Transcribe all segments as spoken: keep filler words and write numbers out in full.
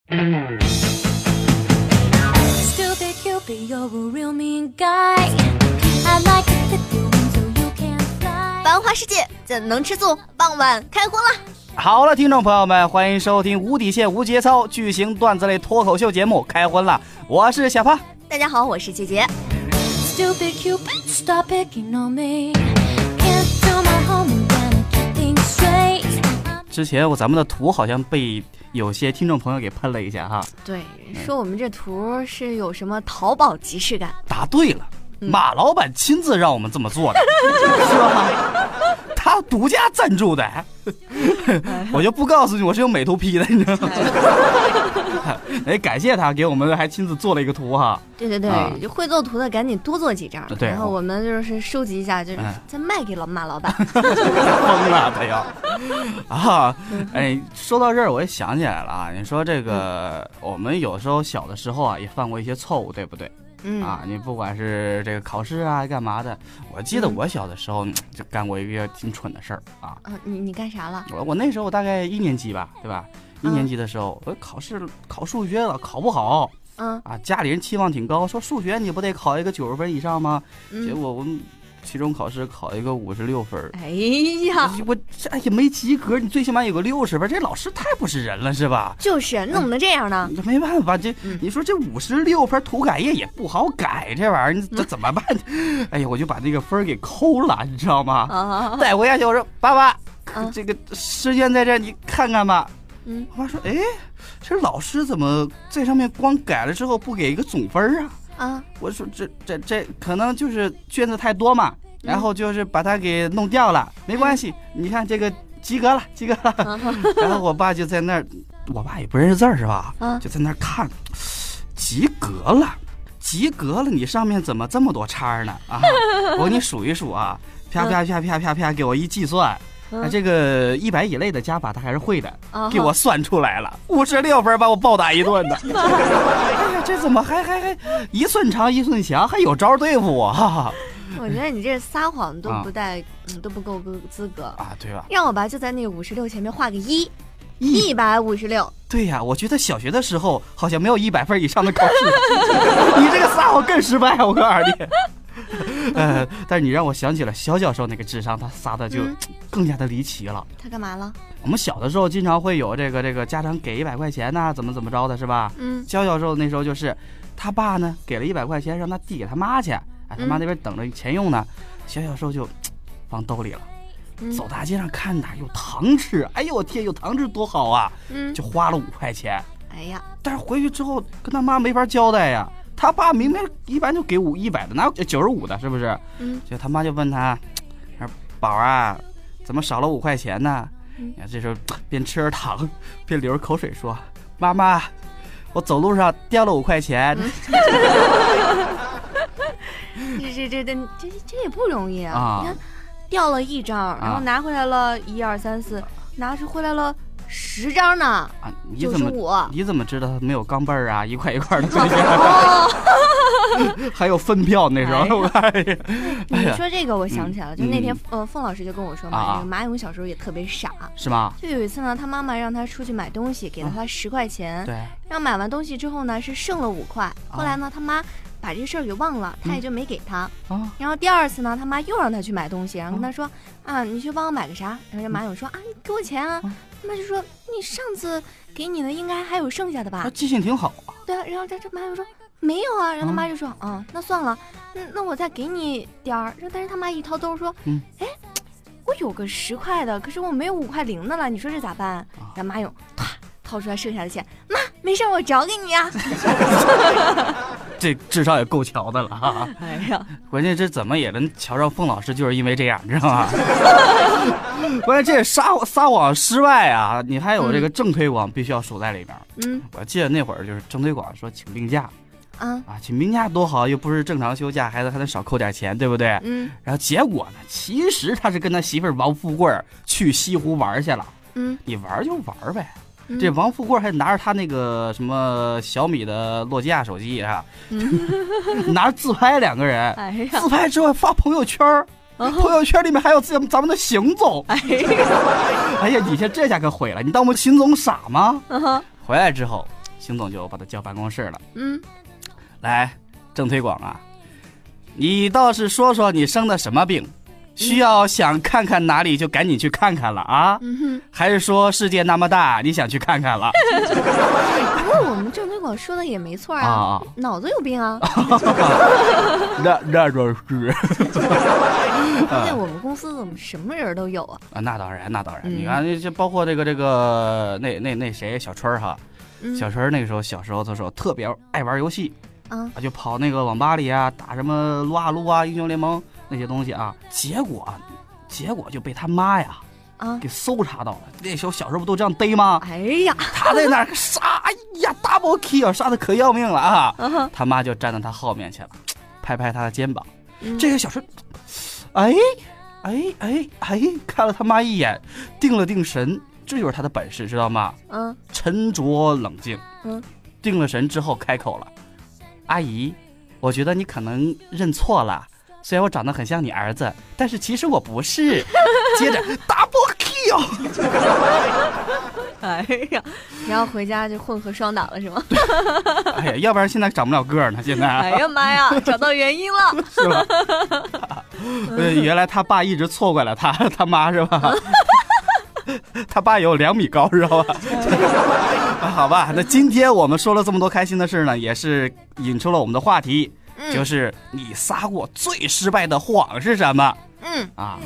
繁华世界怎能吃素？傍晚开荤了。 好了，听众朋友们，欢迎收听无底线无节操巨型段子类脱口秀节目《开荤了》，我是小胖。 大家好，我是姐姐。 之前我咱们的图好像被有些听众朋友给喷了一下哈。 对，说我们这图是有什么淘宝即视感。 答对了，嗯、马老板亲自让我们这么做的，是吧？他独家赞助的，我就不告诉你我是用美图 P 的，你知道吗？哎，感谢他给我们还亲自做了一个图哈。 对对对，啊、会做图的赶紧多做几张， 对， 然后我们就是收集一下，就是再卖给了马老板。 疯了他要啊！哎，说到这儿我也想起来了啊，你说这个、嗯、我们有时候小的时候啊也犯过一些错误，对不对？嗯啊，你不管是这个考试啊干嘛的，我记得我小的时候、嗯、就干过一个挺蠢的事儿啊。 啊，你你干啥了？ 我我那时候我大概一年级吧，对吧？一年级的时候，我考试考数学了，考不好。嗯啊，家里人期望挺高，说数学你不得考一个九十分以上吗？嗯、结果我们期中考试考一个五十六分。 哎呀， 我这哎呀没及格，你最起码有个六十分，这老师太不是人了，是吧？ 就是，那怎么能这样呢？ 嗯、没办法，这、嗯、你说这五十六分涂改液也不好改，这玩意儿你这怎么办？嗯、哎呀，我就把那个分给抠了，你知道吗？啊、带回家去，我说爸爸，啊、这个试卷在这，你看看吧。嗯，我妈说，哎，这老师怎么在上面光改了之后不给一个总分啊？啊，我说这这这可能就是卷子太多嘛，然后就是把它给弄掉了，嗯、没关系，你看这个及格了，及格了。嗯、然后我爸就在那儿，我爸也不认识字儿是吧？啊，就在那儿看，及格了，及格了，你上面怎么这么多叉呢？啊，我给你数一数啊，啪啪啪啪啪啪，给我一计算。啊，这个一百以内的加法他还是会的，uh-huh. 给我算出来了，五十六分，把我暴打一顿的。哎呀，这怎么还还还一寸长一寸强，还有招对付我？哈我觉得你这撒谎都不带，嗯，都不够资格啊，对吧？ 让我吧就在那个五十六前面画个一，一百五十六。 对呀、啊，我觉得小学的时候好像没有一百分以上的考试，你这个撒谎更失败，我告诉你。呃，但是你让我想起了小小时候那个智商，他撒的就更加的离奇了。 他干嘛了？ 我们小的时候经常会有这个这个家长给一百块钱呐、啊，怎么怎么着的，是吧？嗯。小小时候那时候就是他爸呢给了一百块钱，让他递给他妈去，哎，他妈那边等着钱用呢。嗯、小小时候就放兜里了，嗯、走大街上看哪有糖吃，哎呦我天，有糖吃多好啊！嗯，就花了五块钱。 哎呀， 但是回去之后跟他妈没法交代呀。他爸明明一般就给五一百的，哪有九十五的，是不是？嗯，就他妈就问他，说宝啊，怎么少了五块钱呢？你看、嗯、这时候边吃着糖，边流着口水说：“妈妈，我走路上掉了五块钱。嗯” 这这这这这这也不容易啊！啊你看，掉了一张，然后拿回来了一二三四，拿出回来了。十张呢啊！ 你怎么你怎么知道他没有钢镚儿啊？一块一块的分票，还有分票那时候。哎呀， 你说这个我想起来了，嗯、就那天呃凤老师就跟我说嘛，啊、这个马勇小时候也特别傻， 是吗？ 就有一次呢，他妈妈让他出去买东西，给了他十块钱，对、啊，然后买完东西之后呢，是剩了五块，后来呢，他妈把这事儿给忘了，他也就没给他。嗯、然后第二次呢，他妈又让他去买东西，然后跟他说啊，你去帮我买个啥？然后这马勇说啊，你给我钱啊。嗯他妈就说：“你上次给你的应该还有剩下的吧？” 他记性挺好啊。 对啊，然后他这妈就说：“没有啊。”然后他妈就说：“嗯，那算了，那那我再给你点儿。”但是他妈一掏兜说：“嗯，哎，我有个十块的，可是我没有五块零的了，你说这咋办？”然后马勇啪掏出来剩下的钱，妈，没事，我找给你啊。 这智商也够瞧的了啊！哎呀，关键这怎么也能瞧上凤老师，就是因为这样，你知道吗？关键这撒撒谎失败啊，你还有这个正推广必须要数在里面。嗯，我记得那会儿就是正推广说请病假，啊啊，请病假多好，又不是正常休假，孩子还能少扣点钱，对不对？嗯，然后结果呢，其实他是跟他媳妇儿王富贵去西湖玩去了。嗯，你玩就玩呗。这王富贵还拿着他那个什么小米的诺基亚手机啊，嗯、拿着自拍两个人，哎、自拍之后发朋友圈，哦、朋友圈里面还有自己咱们的邢总。哎呀，哎呀，你看这下可毁了，你当我们邢总傻吗？嗯、回来之后邢总就把他叫办公室了。 嗯， 来，郑推广啊，你倒是说说你生的什么病？需要想看看哪里就赶紧去看看了啊？ 嗯哼， 还是说世界那么大，你想去看看了？ 不过我们郑推广说的也没错啊，啊脑子有病啊。 那那倒是。 在我们公司怎么什么人都有啊？ 啊，那当然，那当然。嗯、你看，就包括这个这个那那那谁小春哈，嗯、小春那个时候小时候的时候特别爱玩游戏，啊，就跑那个网吧里啊，打什么撸啊撸啊、英雄联盟。那些东西啊，结果结果就被他妈呀啊给搜查到了。那时候小时候不都这样逮吗？ 哎呀， 他在那儿杀，哎呀 ，double kill， 杀的可要命了啊！uh-huh. 他妈就站到他后面去了，拍拍他的肩膀。嗯、这个小时，哎哎哎哎，看了他妈一眼，定了定神，这就是他的本事，知道吗？嗯，沉着冷静。嗯，定了神之后开口了：“阿姨，我觉得你可能认错了。”虽然我长得很像你儿子，但是其实我不是。接着 double kill。 哎呀，然后回家就混合双打了是吗？ 哎呀，要不然现在长不了个儿呢。现在。 哎呀妈呀，找到原因了。 是吧？呃，原来他爸一直错怪了他他妈是吧？他爸有两米高，知道吧？好吧，那今天我们说了这么多开心的事呢，也是引出了我们的话题。嗯、就是你撒过最失败的谎是什么？嗯啊。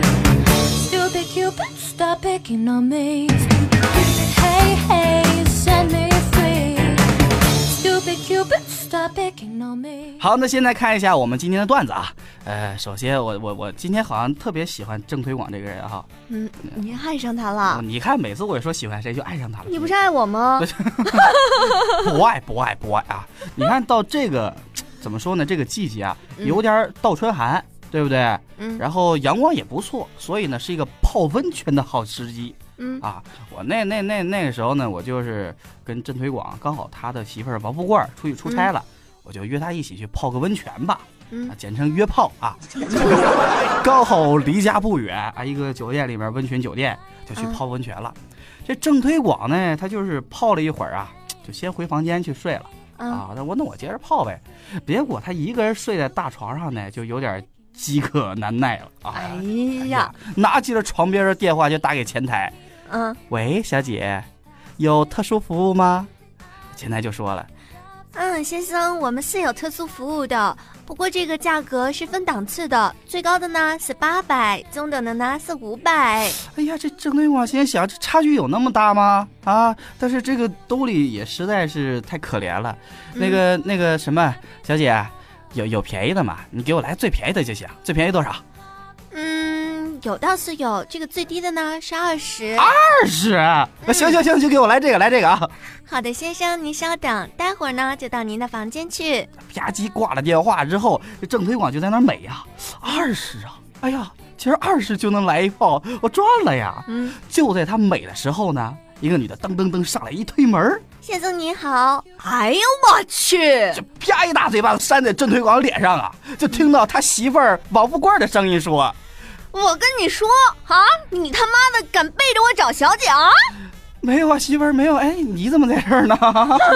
好，那现在看一下我们今天的段子啊。呃，首先我我我今天好像特别喜欢郑推广这个人哈。 嗯，你爱上他了？ 你看每次我也说喜欢谁就爱上他了。 你不是爱我吗？ 不爱不爱不爱啊！你看到这个。怎么说呢？这个季节啊，有点倒春寒，嗯、对不对？嗯。然后阳光也不错，所以呢是一个泡温泉的好时机。嗯啊，我那那那那个时候呢，我就是跟郑推广，刚好他的媳妇儿王富贵出去出差了，嗯、我就约他一起去泡个温泉吧。嗯，啊、简称约泡啊。刚好离家不远啊，一个酒店里面温泉酒店就去泡温泉了。嗯、这郑推广呢，他就是泡了一会儿啊，就先回房间去睡了。啊，那我那我接着泡呗，结果他一个人睡在大床上呢，就有点饥渴难耐了。 哎呀， 拿起了床边的电话就打给前台。嗯，喂，小姐，有特殊服务吗？前台就说了， 嗯，先生，我们是有特殊服务的，不过这个价格是分档次的，最高的呢是八百，中等的呢是五百。 哎呀，这郑推广心想，这差距有那么大吗？啊！但是这个兜里也实在是太可怜了。嗯、那个那个什么，小姐，有有便宜的吗？你给我来最便宜的就行。最便宜多少？ 嗯，有倒是有，这个最低的呢是二十。 二十？那行行行，就给我来这个，来这个啊。 好的，先生，您稍等，待会儿呢就到您的房间去。 啪叽挂了电话之后，这郑推广就在那儿美呀，二十啊！哎呀，其实二十就能来一炮，我赚了呀！嗯，就在他美的时候呢，一个女的噔噔噔上来一推门， 先生您好。哎呦我去！ 就啪一大嘴巴子扇在郑推广脸上啊！就听到他媳妇儿王富贵的声音说：“ 我跟你说啊，你他妈的敢背着我找小姐啊？” 没有啊，媳妇儿没有。哎，你怎么在这儿呢？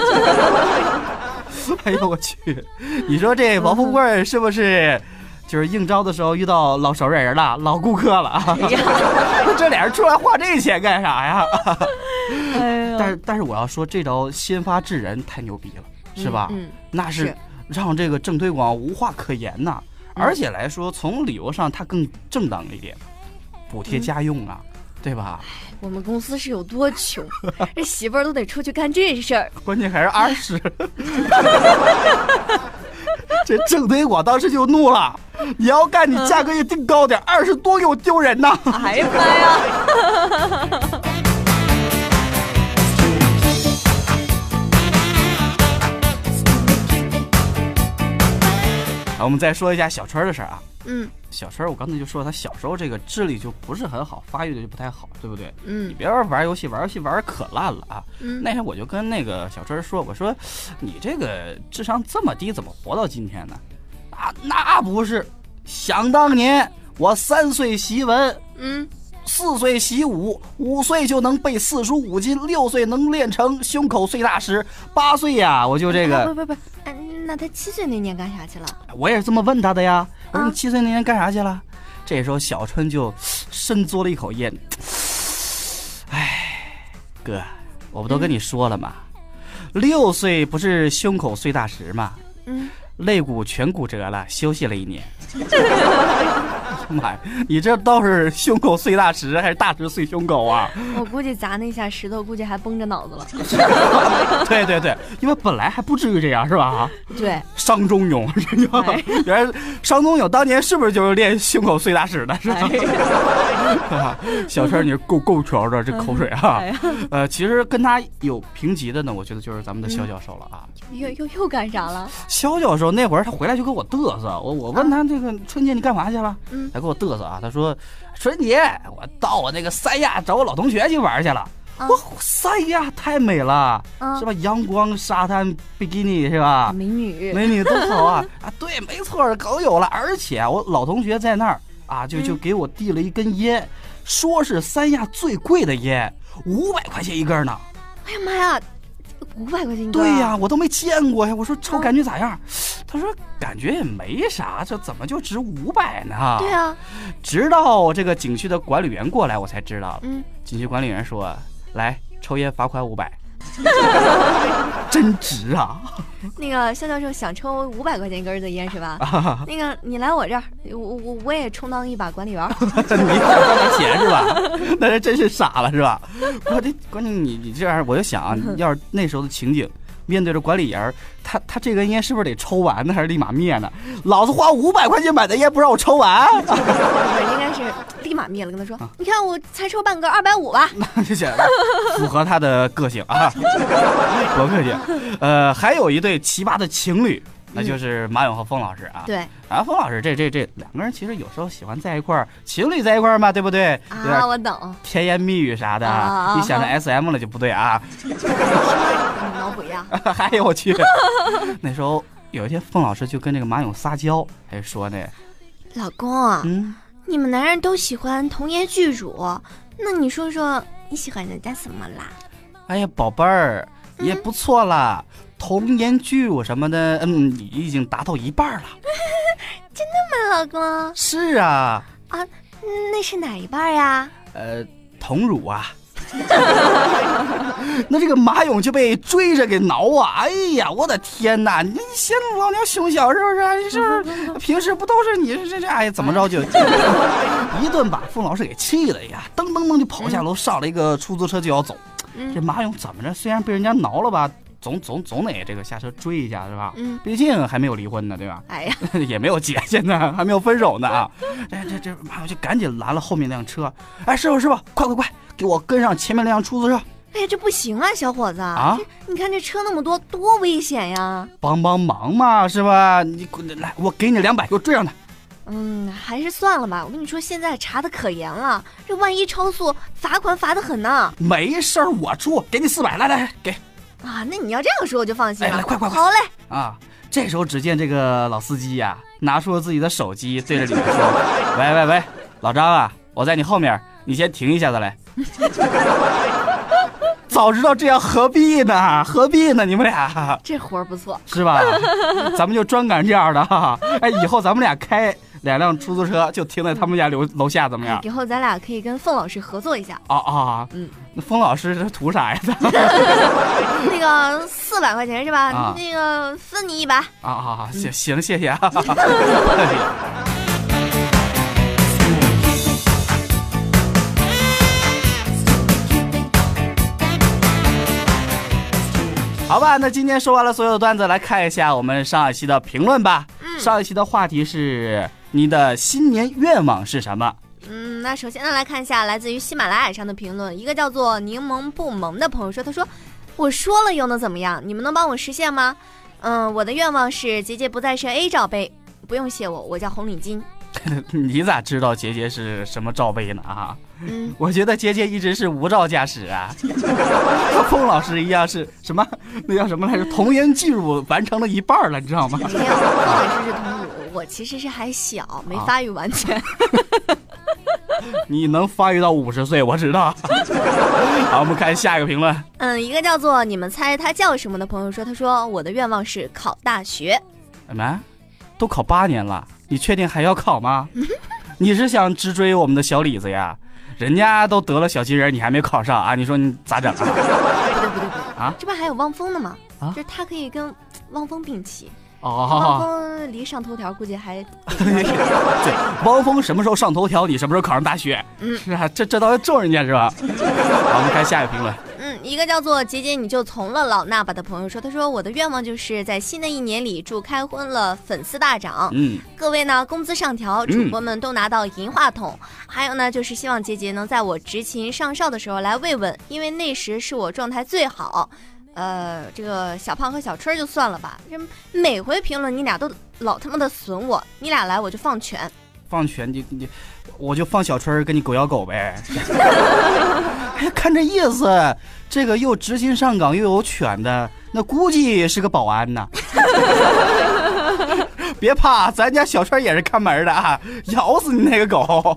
哎呦我去！你说这王富贵是不是就是应招的时候遇到老熟人了，老顾客了？哎呀，这俩人出来花这钱干啥呀？哎但是但是我要说，这招先发制人太牛逼了，是吧？嗯，嗯那是让这个郑推广无话可言呐。嗯、而且来说，从理由上他更正当一点，补贴家用啊。嗯对吧？ 我们公司是有多穷，这媳妇儿都得出去干这事儿。 关键还是二十。这郑推广当时就怒了，你要干，你价格也定高点，二十多给我丢人呐！ 哎呀妈呀！ 好，我们再说一下小春的事儿啊。嗯，小春，我刚才就说他小时候这个智力就不是很好，发育的就不太好，对不对？嗯，你别玩玩游戏，玩游戏玩可烂了啊。嗯，那天我就跟那个小春说，我说你这个智商这么低，怎么活到今天呢？啊，那不是，想当年我三岁习文，嗯， 四岁习武，五岁就能背四书五经，六岁能练成胸口碎大石，八岁呀我就这个。 不不不，那他七岁那年干啥去了？ 我也是这么问他的呀。我说你七岁那年干啥去了？啊、这时候小春就深嘬了一口烟。哎，哥，我不都跟你说了吗？嗯、六岁不是胸口碎大石吗？嗯。肋骨全骨折了，休息了一年。妈呀，你这倒是胸口碎大石还是大石碎胸口啊？ 我估计砸那下石头，估计还崩着脑子了。 对对对，因为本来还不至于这样，是吧？ 对， 商仲永，哎、原来商仲永当年是不是就是练胸口碎大石的？是吧？哎、小陈，你够够全的这口水啊！哎、呃，其实跟他有平级的呢，我觉得就是咱们的肖教授了啊。 嗯、又又又干啥了？ 肖教授那会儿他回来就跟我嘚瑟，我我问他这个春节你干嘛去了？嗯。还给我嘚瑟啊！他说：“春节我到我那个三亚找我老同学去玩去了。啊”我三亚太美了，啊、是吧？阳光、沙滩、比基尼是吧？ 美女， 美女都好啊！啊，对，没错，都有了。而且我老同学在那儿啊，就就给我递了一根烟，嗯、说是三亚最贵的烟，五百块钱一根呢。 哎呀妈呀！五百块钱一根？ 对呀，我都没见过呀。我说抽感觉咋样？啊、他说感觉也没啥，这怎么就值五百呢？ 对啊， 直到这个景区的管理员过来，我才知道。嗯，景区管理员说：“来，抽烟罚款五百。”真值啊！ 那个肖教授想抽五百块钱一根的烟是吧？啊、那个你来我这儿，我我我也充当一把管理员。 你想赚点钱是吧？那人真是傻了是吧？我这关键你你这样，我就想啊，要是那时候的情景。面对着管理员，他他这根烟是不是得抽完呢，还是立马灭呢？老子花五百块钱买的烟，不让我抽完？ 应该是立马灭了，跟他说：“啊、你看我才抽半根，二百五吧。” 那就行了，符合他的个性啊，多客气。呃，还有一对奇葩的情侣。那就是马勇和风老师啊， 对， 然后风老师这这这两个人其实有时候喜欢在一块儿，情侣在一块儿嘛，对不对？ 啊，我懂， 甜言蜜语啥的，啊、你想着 S M 了就不对啊。 脑补呀！ 哎呦我去！那时候有一天，风老师就跟这个马勇撒娇，还说呢：“ 老公，嗯，你们男人都喜欢童颜巨乳，那你说说你喜欢人家什么啦？” 哎呀，宝贝儿，也不错啦。嗯童颜巨乳什么的，嗯，你已经达到一半了。 真的吗，老公？ 是啊。 啊，那是哪一半呀？ 呃，童乳啊。那这个马勇就被追着给挠啊！哎呀，我的天哪！你嫌老娘胸小是不是？你是不是平时不都是你这这？哎呀，怎么着就一顿把傅老师给气了呀！噔噔噔就跑下楼，上了一个出租车就要走。嗯、这马勇怎么着？虽然被人家挠了吧？总总总得这个下车追一下是吧？嗯，毕竟还没有离婚呢，对吧？ 哎呀， 也没有结，现在还没有分手呢啊！这这这，马上就赶紧拦了后面那辆车。哎，师傅师傅，快快快，给我跟上前面那辆出租车！ 哎呀，这不行啊，小伙子啊！你看这车那么多，多危险呀！ 帮帮忙嘛，是吧？你来，我给你两百，给我追上他。 嗯，还是算了吧。我跟你说，现在查的可严了，这万一超速，罚款罚得很呢。 没事儿，我出，给你四百，来来给。 啊，那你要这样说我就放心了。 哎，来快快快！ 好嘞。 啊，这时候只见这个老司机呀、啊，拿出了自己的手机，对着里面说：“喂喂喂，老张啊，我在你后面，你先停一下子来。”早知道这样何必呢？何必呢？你们俩这活儿不错， 是吧？咱们就专赶这样的哈。哎，以后咱们俩开两辆出租车就停在他们家楼楼下，怎么样？ 以后咱俩可以跟凤老师合作一下。 啊啊，嗯，那凤老师是图啥呀？ 那个四百块钱是吧？啊、那个分你一百。 啊啊，行行，谢谢啊。好吧，那今天说完了所有的段子，来看一下我们上一期的评论吧。嗯，上一期的话题是你的新年愿望是什么？ 嗯，那首先呢，来看一下来自于喜马拉雅上的评论，一个叫做柠檬不萌的朋友说，他说我说了又能怎么样？你们能帮我实现吗？嗯，我的愿望是杰杰不再是 A 罩杯，不用谢我，我叫红领巾。 你咋知道杰杰是什么罩杯呢？啊，嗯，我觉得杰杰一直是无照驾驶啊，和风老师一样是什么？那叫什么来着？童颜巨乳完成了一半了，你知道吗？ 没有，风老师是童乳，我其实是还小，没发育完全。啊你能发育到五十岁，我知道。好，我们看下一个评论。 嗯，一个叫做你们猜他叫什么的朋友说，他说我的愿望是考大学。 什么？都考八年了，你确定还要考吗？你是想直追我们的小李子呀？人家都得了小金人，你还没考上啊？你说你咋整啊？ 不对不对不对啊！ 这边还有汪峰的吗？ 啊， 就是他可以跟汪峰并齐。 哦， 汪峰离上头条估计还对，汪峰什么时候上头条，你什么时候考上大学？嗯，是啊，这这倒是咒人家是吧？好，我们看下一个评论。 嗯，一个叫做杰杰你就从了老衲吧的朋友说，他说我的愿望就是在新的一年里祝开荤了粉丝大涨，嗯，各位呢工资上调，主播们都拿到银话筒，嗯、还有呢就是希望杰杰能在我执勤上哨的时候来慰问，因为那时是我状态最好。呃，这个小胖和小春就算了吧，这每回评论你俩都老他妈的损我，你俩来我就放权， 放权你你，我就放小春跟你狗咬狗呗。哎，看这意思，这个又执勤上岗又有权的，那估计是个保安呢。别怕，咱家小春也是看门的啊，咬死你那个狗。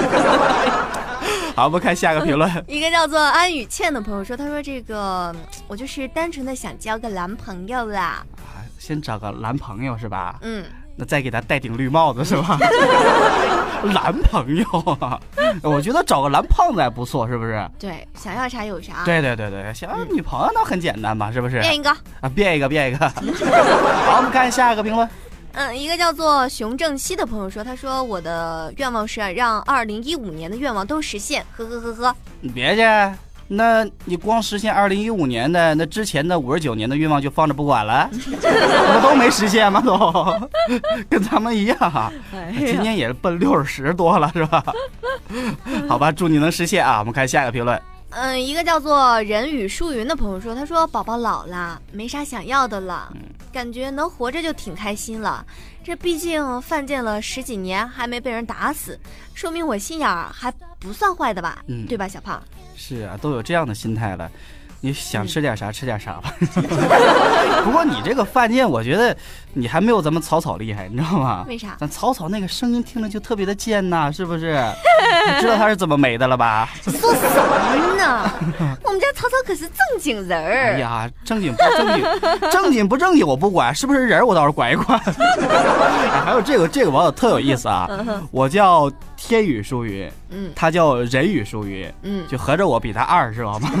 好，我们看下个评论。 一个叫做安雨倩的朋友说，他说这个我就是单纯的想交个男朋友啦。 啊，先找个男朋友是吧？ 嗯， 那再给他戴顶绿帽子是吧？男朋友啊，我觉得找个蓝胖子还不错，是不是？ 对，想要啥有啥。 对对对对，想要女朋友那很简单嘛，是不是？ 变一个啊，变一个，变一个。好，我们看下一个评论。 嗯，一个叫做熊正熙的朋友说，他说我的愿望是让二零一五年的愿望都实现，呵呵呵呵。 你别去，那你光实现二零一五年的，那之前的五十九年的愿望就放着不管了，我们都没实现吗？都跟咱们一样，哎、今年也奔六十多了是吧？好吧，祝你能实现啊！我们看下一个评论。 嗯，一个叫做人语淑云的朋友说，他说宝宝老了，没啥想要的了，感觉能活着就挺开心了。这毕竟犯贱了十几年还没被人打死，说明我心眼儿还不算坏的吧？嗯，对吧，小胖？ 是啊，都有这样的心态了。你想吃点啥、嗯、吃点啥吧。不过你这个犯贱，我觉得你还没有咱们草草厉害，你知道吗？ 为啥？ 咱草草那个声音听着就特别的贱呐，是不是？你知道他是怎么没的了吧？ 说什么呢？我们家草草可是正经人儿。 哎呀，正经不正经，正经不正经我不管，是不是人我倒是管一管。哎、还有这个这个网友特有意思啊，我叫天语淑云，嗯，他叫人语淑云，嗯，就合着我比他二，知道吗？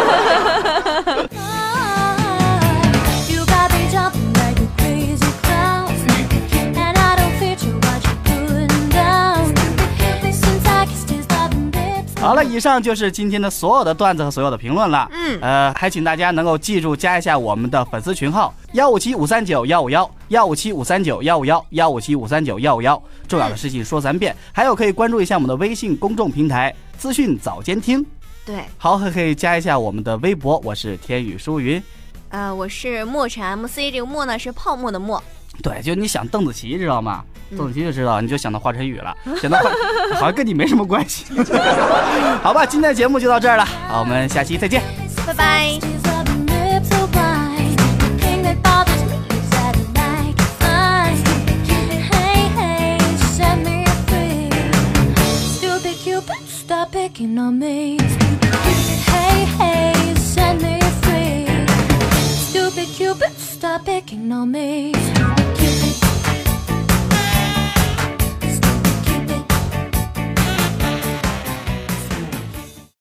好了，以上就是今天的所有的段子和所有的评论了。嗯，呃，还请大家能够记住加一下我们的粉丝群号幺五七五三九幺五幺幺五七五三九幺五幺幺五七五三九幺五幺。重要的事情说三遍，还有可以关注一下我们的微信公众平台资讯早监听。 对， 好，还可以加一下我们的微博，我是天宇舒云。 呃，我是墨尘 M C， 这个墨呢是泡沫的墨。 对，就你想邓紫棋知道吗？邓紫棋就知道，你就想到华晨宇了，想到华好像跟你没什么关系。好吧，今天的节目就到这儿了，好，我们下期再见， 拜拜。Stop picking on me.